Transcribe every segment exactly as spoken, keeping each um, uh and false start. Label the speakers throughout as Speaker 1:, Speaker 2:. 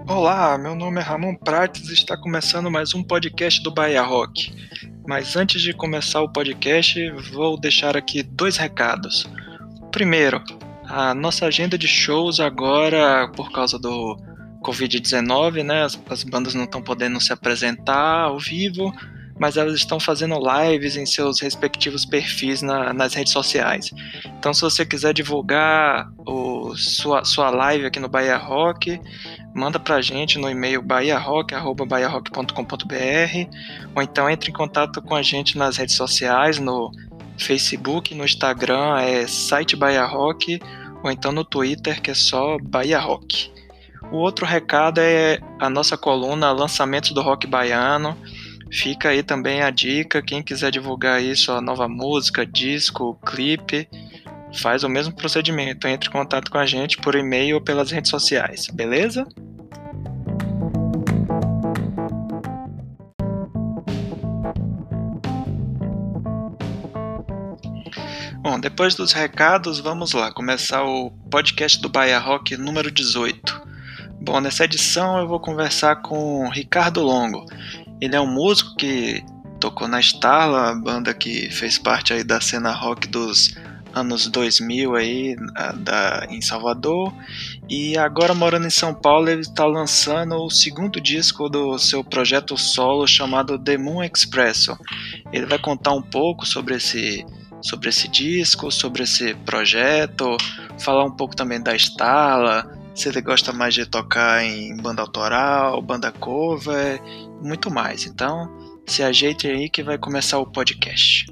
Speaker 1: Olá, meu nome é Ramon Prates e está começando mais um podcast do Bahia Rock. Mas antes de começar o podcast, vou deixar aqui dois recados. Primeiro, a nossa agenda de shows agora, por causa do covid dezenove, né, as, as bandas não estão podendo se apresentar ao vivo, mas elas estão fazendo lives em seus respectivos perfis na, nas redes sociais. Então, se você quiser divulgar o, sua, sua live aqui no Bahia Rock, manda pra gente no e-mail bahiarock arroba bahiarock ponto com ponto b r, ou então entre em contato com a gente nas redes sociais, no Facebook, no Instagram é site Bahia Rock, ou então no Twitter, que é só Bahia Rock. O outro recado é a nossa coluna Lançamentos do Rock Baiano. Fica aí também a dica, quem quiser divulgar aí sua nova música, disco, clipe, faz o mesmo procedimento, entre em contato com a gente por e-mail ou pelas redes sociais, beleza? Bom, depois dos recados, vamos lá, começar o podcast do Bahia Rock número dezoito. Bom, nessa edição eu vou conversar com Ricardo Longo. Ele é um músico que tocou na Starla, a banda que fez parte aí da cena rock dos anos dois mil aí, da, em Salvador, e agora morando em São Paulo ele está lançando o segundo disco do seu projeto solo chamado The Moon Expresso. Ele vai contar um pouco sobre esse, sobre esse disco, sobre esse projeto, falar um pouco também da Starla, se ele gosta mais de tocar em banda autoral, banda cover, muito mais. Então, se ajeite aí que vai começar o podcast.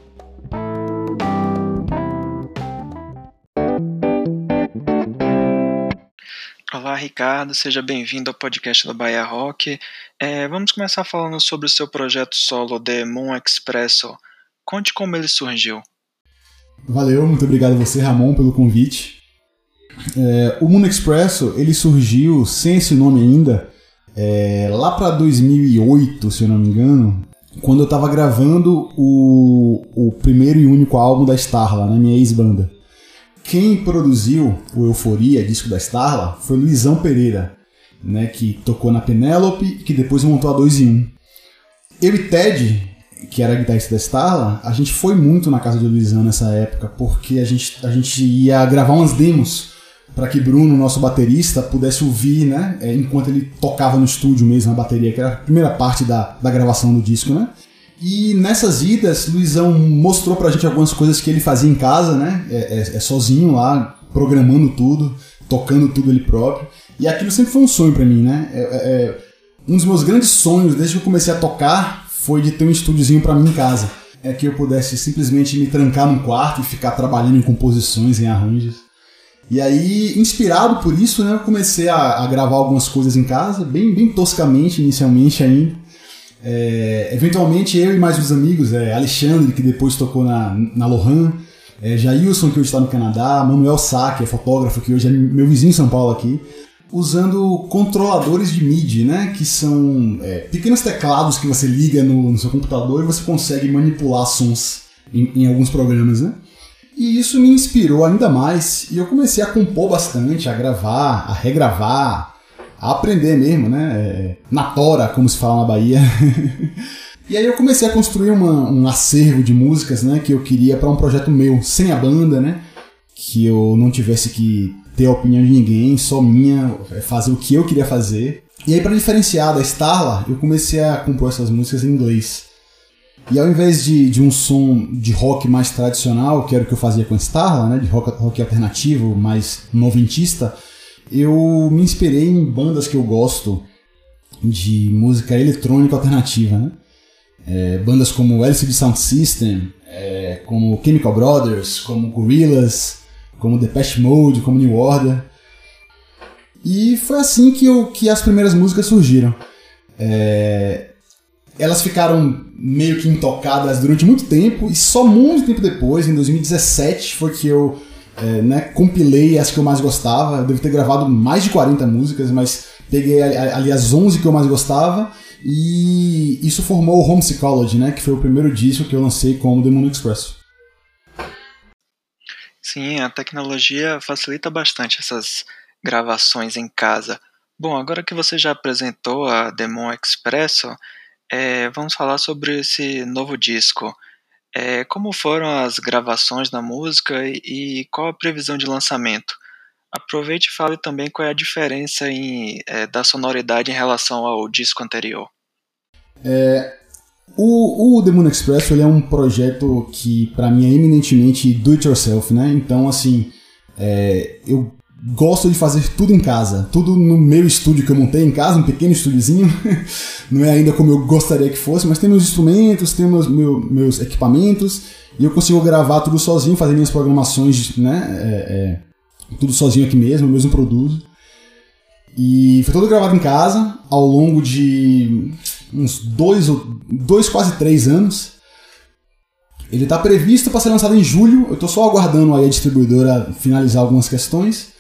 Speaker 1: Olá, Ricardo, seja bem-vindo ao podcast do Bahia Rock. É, vamos começar falando sobre o seu projeto solo The Moon Expresso. Conte como ele surgiu.
Speaker 2: Valeu, muito obrigado a você, Ramon, pelo convite. É, o Moon Expresso, ele surgiu sem esse nome ainda, é, lá para dois mil e oito, se eu não me engano, quando eu estava gravando o, o primeiro e único álbum da Starla, né, minha ex-banda. Quem produziu o Euforia, disco da Starla, foi o Luizão Pereira, né, que tocou na Penélope, que depois montou a dois em um. Eu e Ted, que era guitarrista da Starla, a gente foi muito na casa do Luizão nessa época, porque a gente, a gente ia gravar umas demos para que Bruno, nosso baterista, pudesse ouvir, né, enquanto ele tocava no estúdio mesmo a bateria, que era a primeira parte da, da gravação do disco, né? E nessas idas, Luizão mostrou pra gente algumas coisas que ele fazia em casa, né? É, é, é sozinho lá, programando tudo, tocando tudo ele próprio. E aquilo sempre foi um sonho pra mim, né? É, é, um dos meus grandes sonhos, desde que eu comecei a tocar, foi de ter um estúdiozinho pra mim em casa. É que eu pudesse simplesmente me trancar num quarto e ficar trabalhando em composições, em arranjos. E aí, inspirado por isso, né, eu comecei a, a gravar algumas coisas em casa, bem, bem toscamente, inicialmente ainda. É, eventualmente, eu e mais uns amigos, é, Alexandre, que depois tocou na, na Lohan, é, Jailson, que hoje está no Canadá, Manuel Sá, que é fotógrafo, que hoje é meu vizinho em São Paulo aqui, usando controladores de M I D I, né, que são é, pequenos teclados que você liga no, no seu computador e você consegue manipular sons em, em alguns programas, né? E isso me inspirou ainda mais e eu comecei a compor bastante, a gravar, a regravar, a aprender mesmo, né? Na tora, como se fala na Bahia. E aí eu comecei a construir uma, um acervo de músicas, né, que eu queria para um projeto meu, sem a banda, né? Que eu não tivesse que ter a opinião de ninguém, só minha, fazer o que eu queria fazer. E aí, para diferenciar da Starla, eu comecei a compor essas músicas em inglês. E ao invés de, de um som de rock mais tradicional, que era o que eu fazia com a Starla, né, de rock, rock alternativo, mais noventista, eu me inspirei em bandas que eu gosto de música eletrônica alternativa, né? É, bandas como L C D Sound System, é, como Chemical Brothers, como Gorillaz, como Depeche Mode, como New Order. E foi assim que, eu, que as primeiras músicas surgiram. É, elas ficaram meio que intocadas durante muito tempo, e só muito tempo depois, em dois mil e dezessete, foi que eu é, né, compilei as que eu mais gostava. Eu devo ter gravado mais de quarenta músicas, mas peguei ali as onze que eu mais gostava, e isso formou o Home Psychology, né, que foi o primeiro disco que eu lancei como The Moon Expresso.
Speaker 1: Sim, a tecnologia facilita bastante essas gravações em casa. Bom, agora que você já apresentou a Demon Expresso, é, vamos falar sobre esse novo disco. É, como foram as gravações da música e, e qual a previsão de lançamento? Aproveite e fale também qual é a diferença em, é, da sonoridade em relação ao disco anterior.
Speaker 2: É, o, o The Moon Express ele é um projeto que para mim é eminentemente do it yourself, né? Então assim, é, eu gosto de fazer tudo em casa, tudo no meu estúdio que eu montei em casa, um pequeno estúdiozinho. Não é ainda como eu gostaria que fosse, mas tem meus instrumentos, tem meus, meu, meus equipamentos e eu consigo gravar tudo sozinho, fazer minhas programações, né? É, é, tudo sozinho aqui mesmo, eu mesmo produzo. E foi todo gravado em casa ao longo de uns dois, dois quase três anos. Ele está previsto para ser lançado em julho. Eu estou só aguardando aí a distribuidora finalizar algumas questões.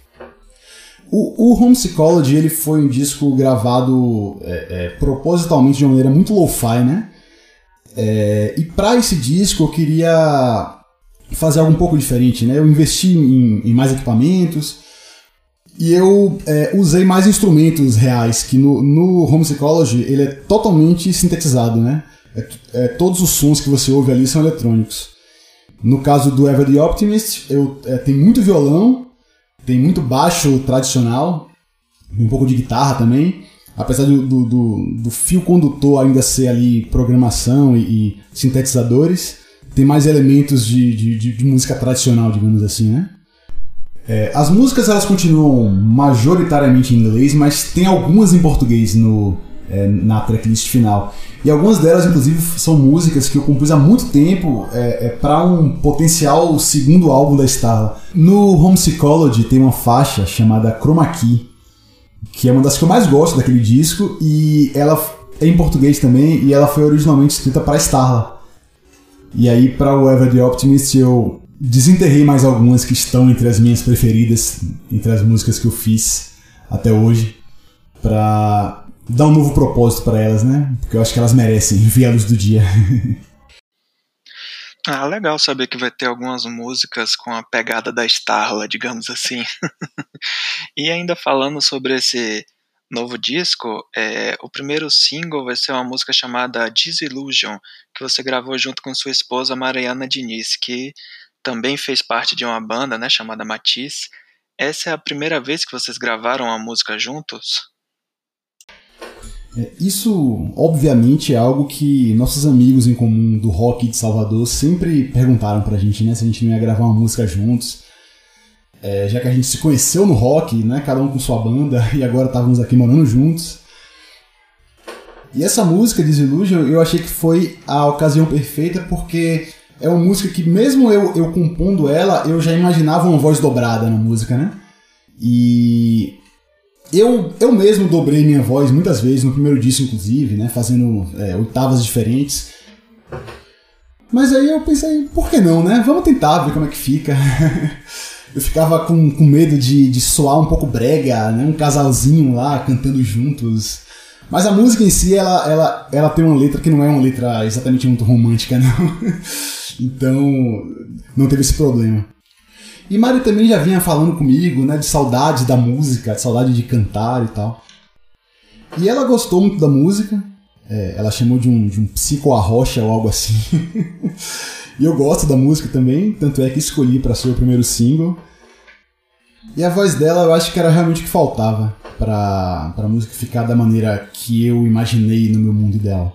Speaker 2: O, o Home Psychology ele foi um disco gravado é, é, propositalmente de uma maneira muito lo-fi, né? É, e para esse disco eu queria fazer algo um pouco diferente, né? Eu investi em, em mais equipamentos e eu é, usei mais instrumentos reais, que no, no Home Psychology ele é totalmente sintetizado, né? É, é, todos os sons que você ouve ali são eletrônicos. No caso do Ever the Optimist, eu, é, tem muito violão, tem muito baixo tradicional, um pouco de guitarra também, apesar do, do, do, do fio condutor ainda ser ali programação e, e sintetizadores, tem mais elementos de, de, de música tradicional, digamos assim, né? É, as músicas elas continuam majoritariamente em inglês, mas tem algumas em português no, é, na tracklist final. E algumas delas, inclusive, são músicas que eu compus há muito tempo é, é, para um potencial segundo álbum da Starla. No Home Psychology tem uma faixa chamada Chroma Key, que é uma das que eu mais gosto daquele disco, e ela é em português também, e ela foi originalmente escrita para Starla. E aí, para o Ever the Optimist, eu desenterrei mais algumas que estão entre as minhas preferidas, entre as músicas que eu fiz até hoje, para dar um novo propósito para elas, né? Porque eu acho que elas merecem ver a luz do dia.
Speaker 1: Ah, legal saber que vai ter algumas músicas com a pegada da Starla, digamos assim. E ainda falando sobre esse novo disco, é, o primeiro single vai ser uma música chamada Disillusion, que você gravou junto com sua esposa Mariana Diniz, que também fez parte de uma banda, né, chamada Matisse. Essa é a primeira vez que vocês gravaram a música juntos?
Speaker 2: É, isso, obviamente, é algo que nossos amigos em comum do rock de Salvador sempre perguntaram pra gente, né, se a gente não ia gravar uma música juntos. É, já que a gente se conheceu no rock, né, cada um com sua banda, e agora estávamos aqui morando juntos. E essa música, Disillusion, eu achei que foi a ocasião perfeita, porque é uma música que, mesmo eu, eu compondo ela, eu já imaginava uma voz dobrada na música, né? E eu, eu mesmo dobrei minha voz muitas vezes, no primeiro disco inclusive, né? Fazendo é, oitavas diferentes. Mas aí eu pensei, por que não, né? Vamos tentar ver como é que fica. Eu ficava com, com medo de, de soar um pouco brega, né? Um casalzinho lá cantando juntos. Mas a música em si, ela, ela, ela tem uma letra que não é uma letra exatamente muito romântica, não. Então, não teve esse problema. E Mari também já vinha falando comigo, né, de saudade da música, de saudade de cantar e tal. E ela gostou muito da música. É, ela chamou de um, de um psico-arrocha ou algo assim. E eu gosto da música também, tanto é que escolhi para ser o primeiro single. E a voz dela eu acho que era realmente o que faltava para a música ficar da maneira que eu imaginei no meu mundo ideal.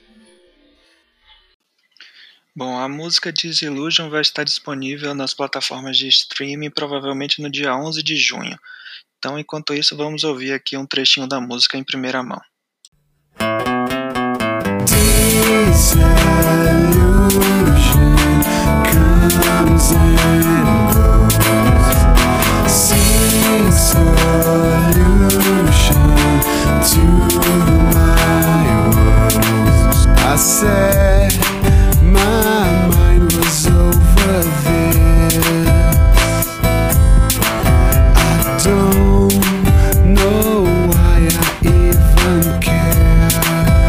Speaker 1: Bom, a música Disillusion vai estar disponível nas plataformas de streaming provavelmente no dia onze de junho. Então, enquanto isso, vamos ouvir aqui um trechinho da música em primeira mão. Comes and goes, sing solution to my woes. I said my mind was over this. I don't know why I even care.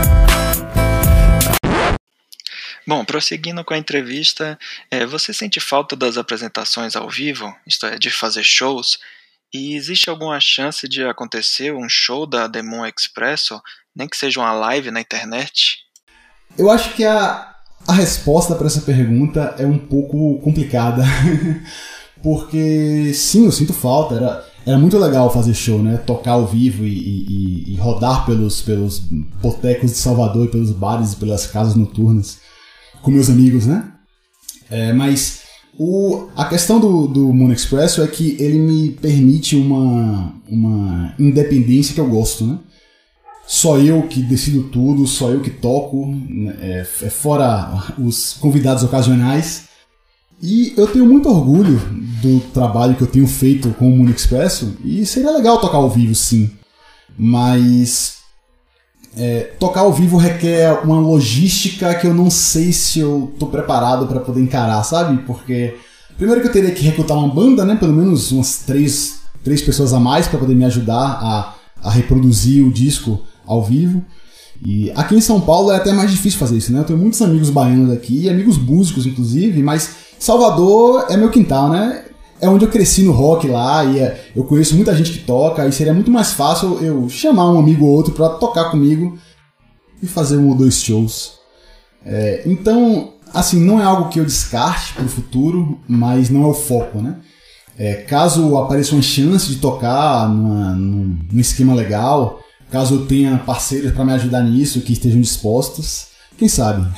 Speaker 1: Bom, prosseguindo com a entrevista, é, você sente falta das apresentações ao vivo, isto é, de fazer shows? E existe alguma chance de acontecer um show da Demon Expresso, nem que seja uma live na internet?
Speaker 2: Eu acho que a, a resposta para essa pergunta é um pouco complicada. Porque, sim, eu sinto falta. Era, era muito legal fazer show, né? Tocar ao vivo e, e, e rodar pelos, pelos botecos de Salvador, e pelos bares e pelas casas noturnas com meus amigos, né? É, mas o, a questão do, do Moon Expresso é que ele me permite uma, uma independência que eu gosto, né? Só eu que decido tudo, só eu que toco, é, é fora os convidados ocasionais. E eu tenho muito orgulho do trabalho que eu tenho feito com o Moon Expresso, e seria legal tocar ao vivo, sim. Mas é, tocar ao vivo requer uma logística que eu não sei se eu tô preparado para poder encarar, sabe? Porque primeiro que eu teria que recrutar uma banda, né? Pelo menos umas três, três pessoas a mais para poder me ajudar a, a reproduzir o disco ao vivo. E aqui em São Paulo é até mais difícil fazer isso, né? Eu tenho muitos amigos baianos aqui, amigos músicos inclusive, mas Salvador é meu quintal, né? É onde eu cresci no rock lá, e é, eu conheço muita gente que toca, e seria muito mais fácil eu chamar um amigo ou outro pra tocar comigo e fazer um ou dois shows. É, então, assim, não é algo que eu descarte pro futuro, mas não é o foco, né? É, caso apareça uma chance de tocar numa, num, num esquema legal, caso eu tenha parceiros pra me ajudar nisso, que estejam dispostos, quem sabe?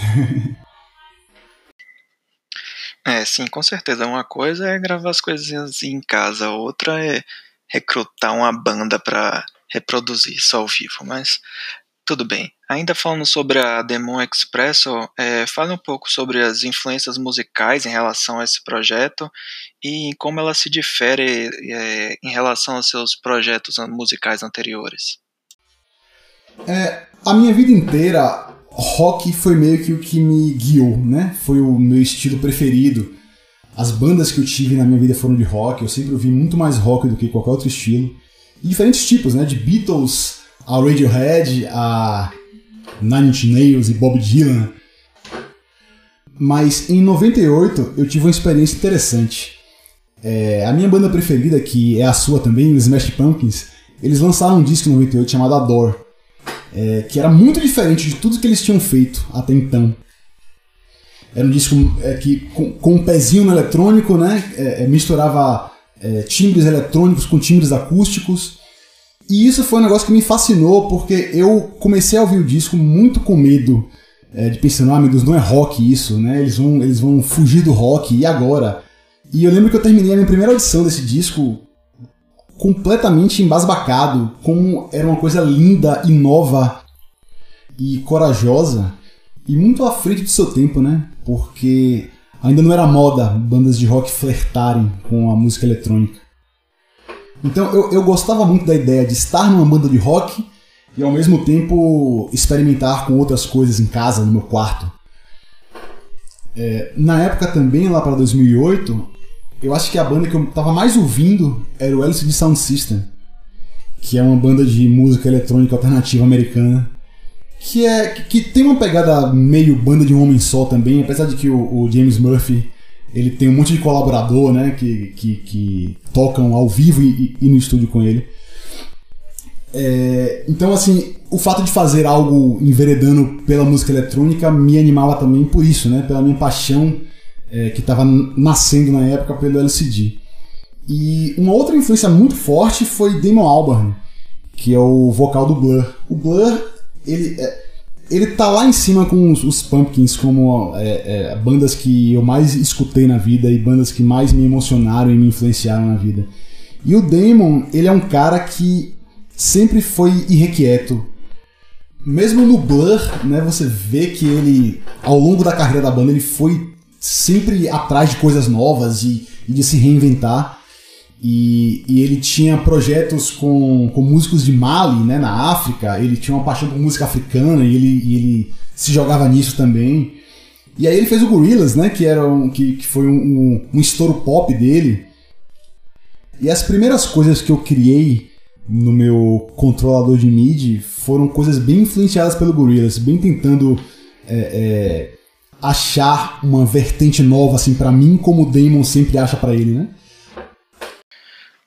Speaker 1: É, sim, com certeza. Uma coisa é gravar as coisinhas em casa, outra é recrutar uma banda para reproduzir isso ao vivo, mas tudo bem. Ainda falando sobre a Demon Expresso, é, fale um pouco sobre as influências musicais em relação a esse projeto e como ela se difere é, em relação aos seus projetos musicais anteriores.
Speaker 2: É, a minha vida inteira rock foi meio que o que me guiou, né? Foi o meu estilo preferido. As bandas que eu tive na minha vida foram de rock. Eu sempre ouvi muito mais rock do que qualquer outro estilo. E diferentes tipos, né? De Beatles a Radiohead, a Nine Inch Nails e Bob Dylan. Mas em noventa e oito eu tive uma experiência interessante. É, a minha banda preferida, que é a sua também, os Smashing Pumpkins, eles lançaram um disco em noventa e oito chamado Adore. É, que era muito diferente de tudo que eles tinham feito até então. Era um disco é, que, com, com um pezinho no eletrônico, né, é, misturava é, timbres eletrônicos com timbres acústicos. E isso foi um negócio que me fascinou, porque eu comecei a ouvir o disco muito com medo, é, de pensando, ah, meu Deus, não é rock isso, né? Eles vão, eles vão fugir do rock, e agora? E eu lembro que eu terminei a minha primeira audição desse disco completamente embasbacado, como era uma coisa linda e nova e corajosa e muito à frente do seu tempo, né? Porque ainda não era moda bandas de rock flertarem com a música eletrônica. Então eu, eu gostava muito da ideia de estar numa banda de rock e ao mesmo tempo experimentar com outras coisas em casa, no meu quarto. É, na época também, lá para dois mil e oito, eu acho que a banda que eu tava mais ouvindo era o L C D Sound System, que é uma banda de música eletrônica alternativa americana, que, é, que, que tem uma pegada meio banda de um homem só também, apesar de que o, o James Murphy ele tem um monte de colaborador, né, que, que, que tocam ao vivo e, e no estúdio com ele. É, então, assim, o fato de fazer algo enveredando pela música eletrônica me animava também por isso, né, pela minha paixão É, que estava nascendo na época pelo L C D. E uma outra influência muito forte foi Damon Albarn, que é o vocal do Blur. O Blur, ele, é, ele tá lá em cima com os, os Pumpkins como é, é, bandas que eu mais escutei na vida e bandas que mais me emocionaram e me influenciaram na vida. E o Damon, ele é um cara que sempre foi irrequieto. Mesmo no Blur, né, você vê que ele, ao longo da carreira da banda, ele foi sempre atrás de coisas novas e, e de se reinventar. E, e ele tinha projetos com, com músicos de Mali, né, na África. Ele tinha uma paixão por música africana e ele, e ele se jogava nisso também. E aí ele fez o Gorillaz, né, que, era um, que, que foi um, um, um estouro pop dele. E as primeiras coisas que eu criei no meu controlador de M I D I foram coisas bem influenciadas pelo Gorillaz, bem tentando É, é, achar uma vertente nova assim para mim, como o Damon sempre acha para ele, né?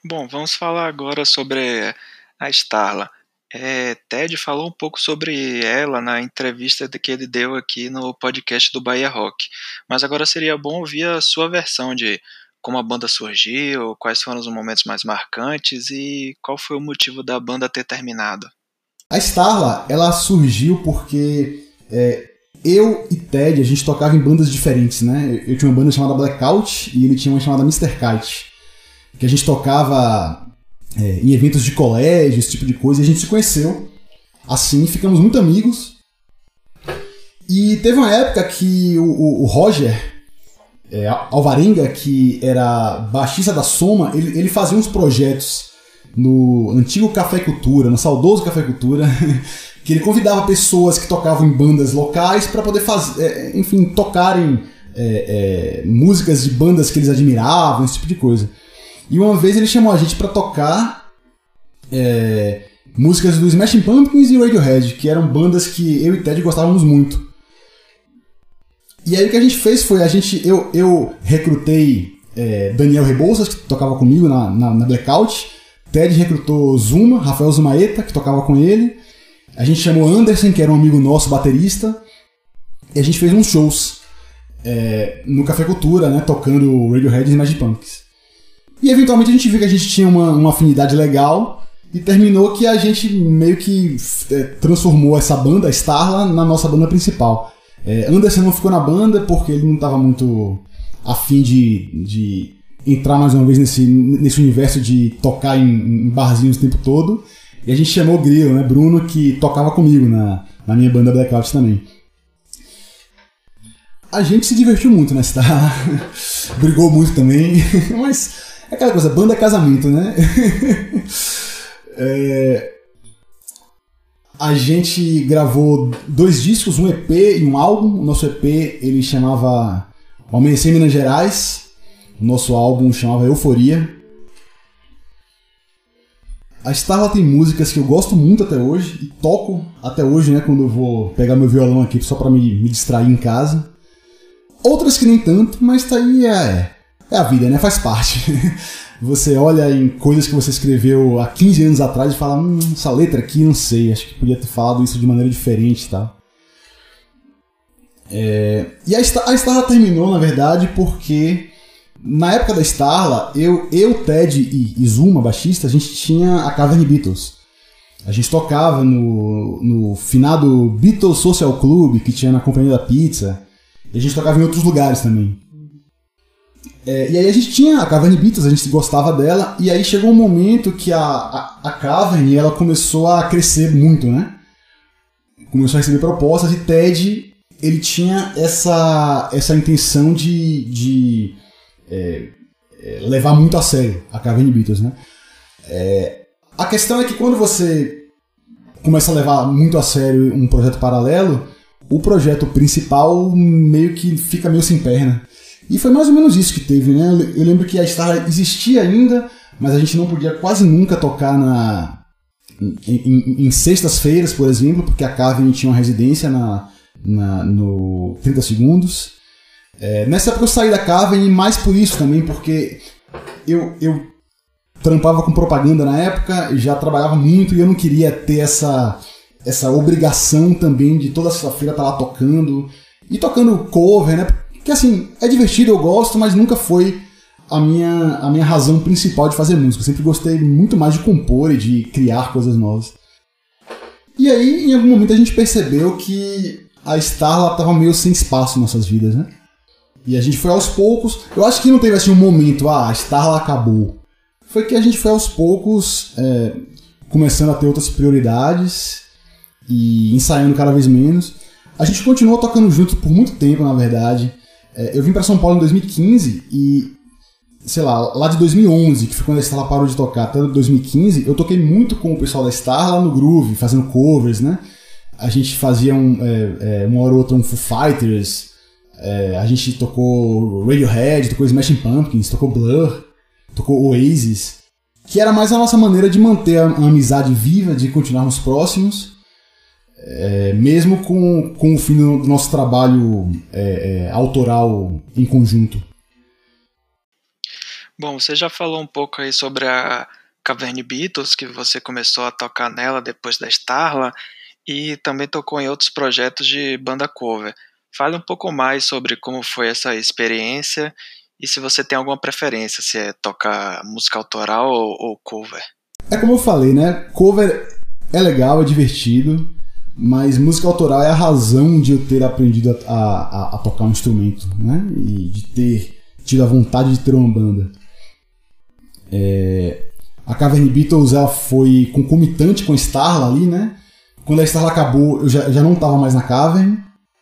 Speaker 1: Bom, vamos falar agora sobre a Starla. É, Ted falou um pouco sobre ela na entrevista que ele deu aqui no podcast do Bahia Rock. Mas agora seria bom ouvir a sua versão de como a banda surgiu, quais foram os momentos mais marcantes e qual foi o motivo da banda ter terminado.
Speaker 2: A Starla, ela surgiu porque é, eu e Ted, a gente tocava em bandas diferentes, né? Eu tinha uma banda chamada Blackout e ele tinha uma chamada mister Kite, que a gente tocava é, em eventos de colégio, esse tipo de coisa, e a gente se conheceu. Assim, ficamos muito amigos. E teve uma época que o, o, o Roger é, Alvarenga, que era baixista da Soma, ele, ele fazia uns projetos no antigo Café Cultura, no saudoso Café Cultura, que ele convidava pessoas que tocavam em bandas locais para poder fazer, enfim, tocarem é, é, músicas de bandas que eles admiravam, esse tipo de coisa. E uma vez ele chamou a gente para tocar é, músicas do Smashing Pumpkins e Radiohead, que eram bandas que eu e Ted gostávamos muito. E aí o que a gente fez foi, a gente, eu, eu recrutei é, Daniel Rebouças, que tocava comigo na, na, na Blackout. Ted recrutou Zuma, Rafael Zumaeta, que tocava com ele. A gente chamou Anderson, que era um amigo nosso, baterista. E a gente fez uns shows é, no Café Cultura, né, tocando Radiohead e Smashing Pumpkins. E eventualmente a gente viu que a gente tinha uma, uma afinidade legal e terminou que a gente meio que é, transformou essa banda, a Starla, na nossa banda principal. É, Anderson não ficou na banda porque ele não estava muito afim de, de entrar mais uma vez nesse, nesse universo de tocar em, em barzinhos o tempo todo. E a gente chamou o Grilo, né, Bruno, que tocava comigo na, na minha banda Blackout também. A gente se divertiu muito nessa Starla, brigou muito também, mas é aquela coisa, banda é casamento, né? é... A gente gravou dois discos, um E P e um álbum. O nosso E P ele chamava O Amanhecer em Minas Gerais. O nosso álbum chamava Euforia. A Starla tem músicas que eu gosto muito até hoje e toco até hoje, né, quando eu vou pegar meu violão aqui só pra me, me distrair em casa. Outras que nem tanto, mas tá aí é, é a vida, né? Faz parte. Você olha em coisas que você escreveu há quinze anos atrás e fala, hum, essa letra aqui, não sei, acho que podia ter falado isso de maneira diferente e tal. É, e a, a Starla terminou, na verdade, porque na época da Starla, eu, eu Ted e, e Zuma, baixista, a gente tinha a Cavern Beatles. A gente tocava no, no finado Beatles Social Club, que tinha na Companhia da Pizza, e a gente tocava em outros lugares também. É, e aí a gente tinha a Cavern Beatles, a gente gostava dela, e aí chegou um momento que a, a, a Cavern ela começou a crescer muito, né? Começou a receber propostas e Ted ele tinha essa, essa intenção de, de é, é, levar muito a sério a Cavern Beatles, né? É, a questão é que quando você começa a levar muito a sério um projeto paralelo, o projeto principal meio que fica meio sem perna. E foi mais ou menos isso que teve, né? Eu lembro que a Starla existia ainda, mas a gente não podia quase nunca tocar na, em, em, em sextas-feiras, por exemplo, porque a Cavern tinha uma residência na, na, no trinta segundos. É, nessa época eu saí da Cavern, mais por isso também, porque eu, eu trampava com propaganda na época, já trabalhava muito e eu não queria ter essa, essa obrigação também de toda sexta-feira estar lá tocando, e tocando cover, né? Que assim, é divertido, eu gosto, mas nunca foi a minha, a minha razão principal de fazer música. Eu sempre gostei muito mais de compor e de criar coisas novas. E aí, em algum momento, a gente percebeu que a Starla estava meio sem espaço em nossas vidas, né? E a gente foi aos poucos... Eu acho que não teve assim um momento, ah, a Starla acabou. Foi que a gente foi aos poucos é, começando a ter outras prioridades e ensaiando cada vez menos. A gente continuou tocando junto por muito tempo, na verdade. Eu vim pra São Paulo em dois mil e quinze e, sei lá, lá de dois mil e onze, que foi quando a Starla parou de tocar, até dois mil e quinze, eu toquei muito com o pessoal da Starla no Groove, fazendo covers, né? A gente fazia um, é, é, uma hora ou outra um Foo Fighters, é, a gente tocou Radiohead, tocou Smashing Pumpkins, tocou Blur, tocou Oasis, que era mais a nossa maneira de manter a, a amizade viva, de continuarmos próximos. É, mesmo com, com o fim do nosso trabalho é, é, autoral em conjunto.
Speaker 1: Bom, você já falou um pouco aí sobre a Cavern Beatles, que você começou a tocar nela depois da Starla, e também tocou em outros projetos de banda cover. Fale um pouco mais sobre como foi essa experiência e se você tem alguma preferência, se é tocar música autoral ou, ou cover.
Speaker 2: É como eu falei, né? Cover é legal, é divertido, mas música autoral é a razão de eu ter aprendido a, a, a tocar um instrumento, né? E de ter tido a vontade de ter uma banda. É... A Cavern Beatles ela foi concomitante com a Starla ali, né? Quando a Starla acabou, eu já, já não estava mais na Cavern.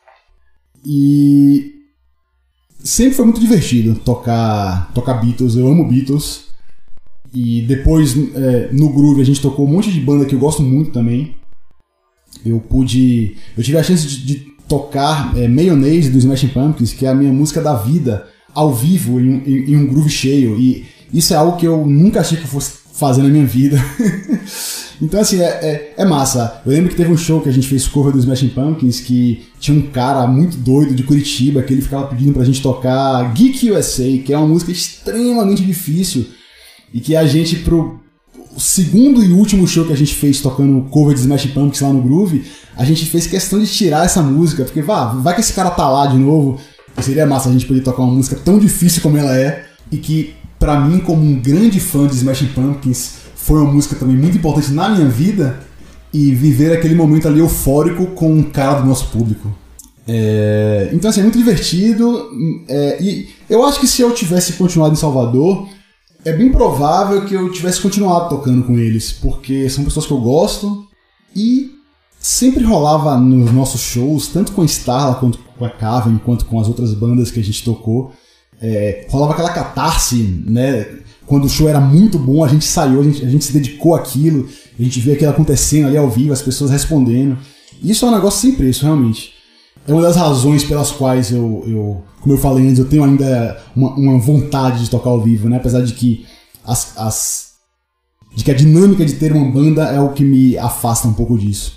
Speaker 2: E sempre foi muito divertido tocar, tocar Beatles. Eu amo Beatles. E depois, é, no Groove, a gente tocou um monte de banda que eu gosto muito também. Eu pude... Eu tive a chance de, de tocar é, Mayonnaise do Smashing Pumpkins, que é a minha música da vida, ao vivo, em, em, em um groove cheio. E isso é algo que eu nunca achei que eu fosse fazer na minha vida. Então, assim, é, é, é massa. Eu lembro que teve um show que a gente fez cover do Smashing Pumpkins, que tinha um cara muito doido de Curitiba, que ele ficava pedindo pra gente tocar Geek U S A, que é uma música extremamente difícil, e que a gente, pro segundo e último show que a gente fez tocando cover de Smashing Pumpkins lá no Groove, a gente fez questão de tirar essa música, porque vá, vai que esse cara tá lá de novo, seria massa a gente poder tocar uma música tão difícil como ela é, e que, pra mim, como um grande fã de Smashing Pumpkins, foi uma música também muito importante na minha vida, e viver aquele momento ali eufórico com um cara do nosso público. É... Então, assim, é muito divertido, é... e eu acho que se eu tivesse continuado em Salvador, é bem provável que eu tivesse continuado tocando com eles, porque são pessoas que eu gosto, e sempre rolava nos nossos shows, tanto com a Starla, quanto com a Cavern, quanto com as outras bandas que a gente tocou, é... rolava aquela catarse, né? Quando o show era muito bom, a gente saiu, a gente, a gente se dedicou àquilo, a gente vê aquilo acontecendo ali ao vivo, as pessoas respondendo. Isso é um negócio sem preço, realmente. É uma das razões pelas quais eu, eu como eu falei antes, eu tenho ainda uma, uma vontade de tocar ao vivo, né? Apesar de que, as, as, de que a dinâmica de ter uma banda é o que me afasta um pouco disso.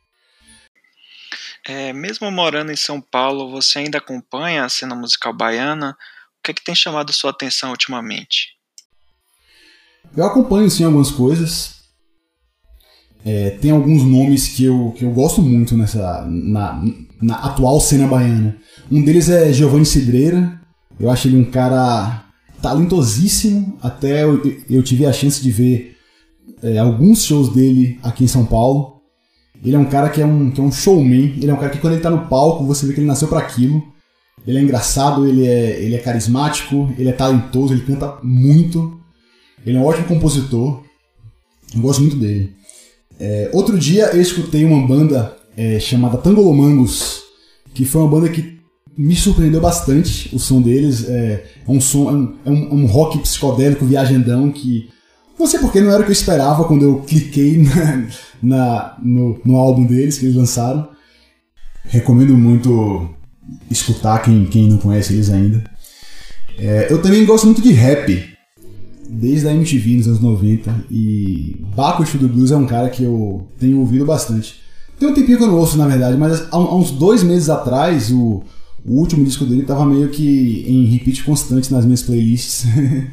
Speaker 1: É, mesmo morando em São Paulo, você ainda acompanha a cena musical baiana? O que é que tem chamado sua atenção ultimamente?
Speaker 2: Eu acompanho, sim, algumas coisas. É, tem alguns nomes que eu, que eu gosto muito nessa, na, na atual cena baiana. Um deles é Giovanni Cidreira. Eu acho ele um cara talentosíssimo. Até eu, eu tive a chance de ver é, alguns shows dele aqui em São Paulo. Ele é um cara que é um, que é um showman. Ele é um cara que quando ele tá no palco, você vê que ele nasceu para aquilo. Ele é engraçado, ele é, ele é carismático, ele é talentoso, ele canta muito. Ele é um ótimo compositor. Eu gosto muito dele. É, outro dia eu escutei uma banda é, chamada Tangolomangos, que foi uma banda que me surpreendeu bastante. O som deles é, é um som, é um, é um, um rock psicodélico viagendão que não sei porque não era o que eu esperava quando eu cliquei na, na, no, no álbum deles que eles lançaram. Recomendo muito escutar quem, quem não conhece eles ainda. É, eu também gosto muito de rap, desde a M T V nos anos noventa, e Baco do Blues é um cara que eu tenho ouvido bastante. Tem um tempinho que eu não ouço, na verdade, mas há uns dois meses atrás o, o último disco dele estava meio que em repeat constante nas minhas playlists.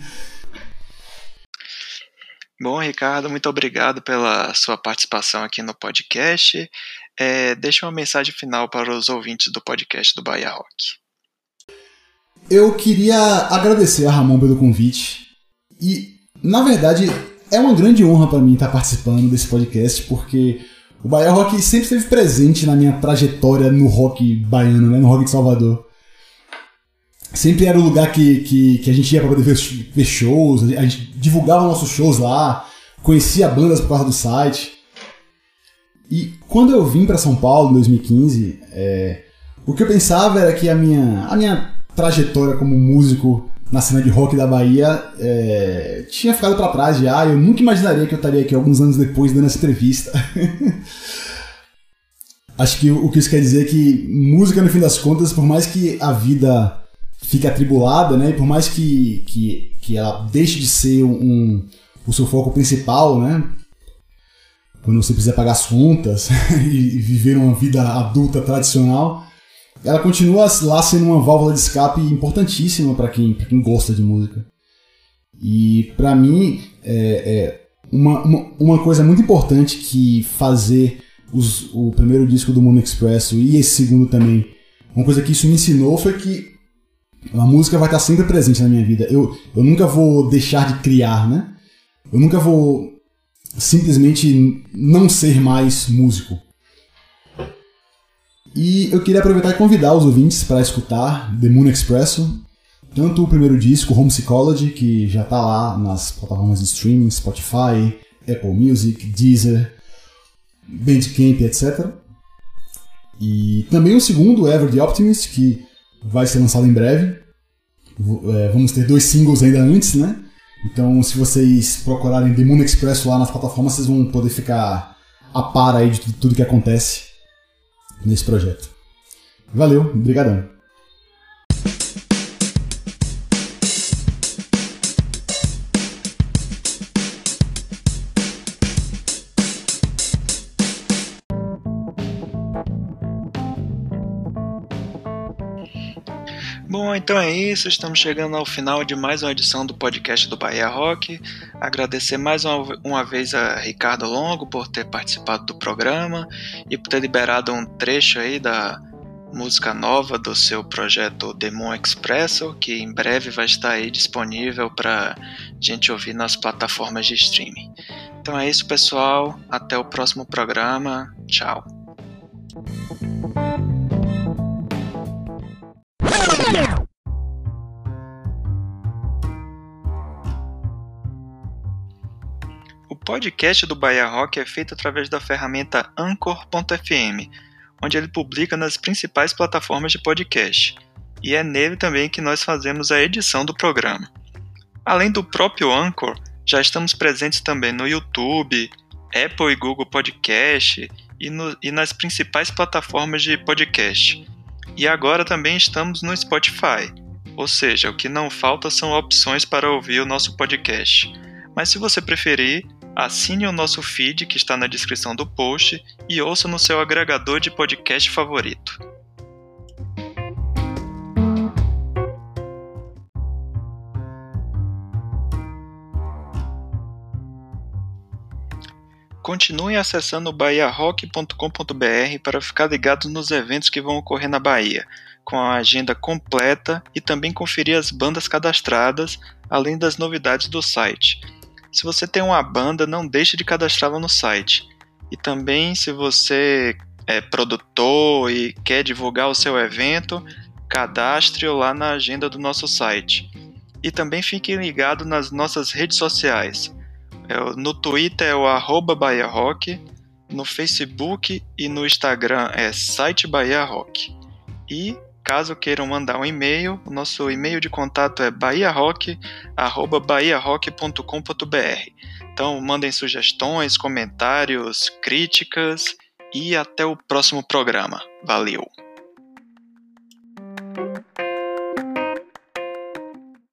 Speaker 1: Bom, Ricardo, muito obrigado pela sua participação aqui no podcast. É, deixa uma mensagem final para os ouvintes do podcast do Bahia Rock.
Speaker 2: Eu queria agradecer a Ramon pelo convite. E, na verdade, é uma grande honra para mim estar participando desse podcast, porque o Bahia Rock sempre esteve presente na minha trajetória no rock baiano, né, no rock de Salvador. Sempre era o lugar que, que, que a gente ia para poder ver, ver shows, a gente divulgava nossos shows lá, conhecia bandas por causa do site. E quando eu vim para São Paulo em dois mil e quinze, é, o que eu pensava era que a minha, a minha trajetória como músico na cena de rock da Bahia é, tinha ficado pra trás já. Eu nunca imaginaria que eu estaria aqui alguns anos depois dando essa entrevista. Acho que o que isso quer dizer é que música, no fim das contas, por mais que a vida fique atribulada, né, e por mais que, que, que ela deixe de ser um, um, o seu foco principal, né, quando você precisa pagar as contas e viver uma vida adulta tradicional, ela continua lá sendo uma válvula de escape importantíssima para quem, pra quem gosta de música. E para mim, é, é uma, uma, uma coisa muito importante que fazer os, o primeiro disco do Mundo Expresso e esse segundo também, uma coisa que isso me ensinou foi que a música vai estar sempre presente na minha vida. Eu, eu nunca vou deixar de criar, né? Eu nunca vou simplesmente não ser mais músico. E eu queria aproveitar e convidar os ouvintes para escutar The Moon Expresso, tanto o primeiro disco, Home Psychology, que já está lá nas plataformas de streaming, Spotify, Apple Music, Deezer, Bandcamp, etcétera. E também o segundo, Ever the Optimist, que vai ser lançado em breve. Vamos ter dois singles ainda antes, né? Então, se vocês procurarem The Moon Expresso lá nas plataformas, vocês vão poder ficar a par aí de tudo que acontece nesse projeto. Valeu, obrigadão.
Speaker 1: Bom, então é isso, estamos chegando ao final de mais uma edição do podcast do Bahia Rock. Agradecer mais uma, uma vez a Ricardo Longo por ter participado do programa e por ter liberado um trecho aí da música nova do seu projeto The Moon Expresso, que em breve vai estar aí disponível para gente ouvir nas plataformas de streaming. Então é isso, pessoal, até o próximo programa, tchau. O podcast do Bahia Rock é feito através da ferramenta Anchor ponto F M, onde ele publica nas principais plataformas de podcast, e é nele também que nós fazemos a edição do programa. Além do próprio Anchor, já estamos presentes também no YouTube, Apple e Google Podcast e, no, e nas principais plataformas de podcast. E agora também estamos no Spotify, ou seja, o que não falta são opções para ouvir o nosso podcast. Mas se você preferir, assine o nosso feed que está na descrição do post e ouça no seu agregador de podcast favorito. Continue acessando bahia rock ponto com ponto b r para ficar ligado nos eventos que vão ocorrer na Bahia, com a agenda completa e também conferir as bandas cadastradas, além das novidades do site. Se você tem uma banda, não deixe de cadastrá-la no site. E também, se você é produtor e quer divulgar o seu evento, cadastre-o lá na agenda do nosso site. E também fique ligado nas nossas redes sociais. No Twitter é o arroba Bahia Rock, no Facebook e no Instagram é site Bahia Rock. E caso queiram mandar um e-mail, o nosso e-mail de contato é bahia rock arroba bahia rock ponto com ponto b r. Então mandem sugestões, comentários, críticas e até o próximo programa. Valeu!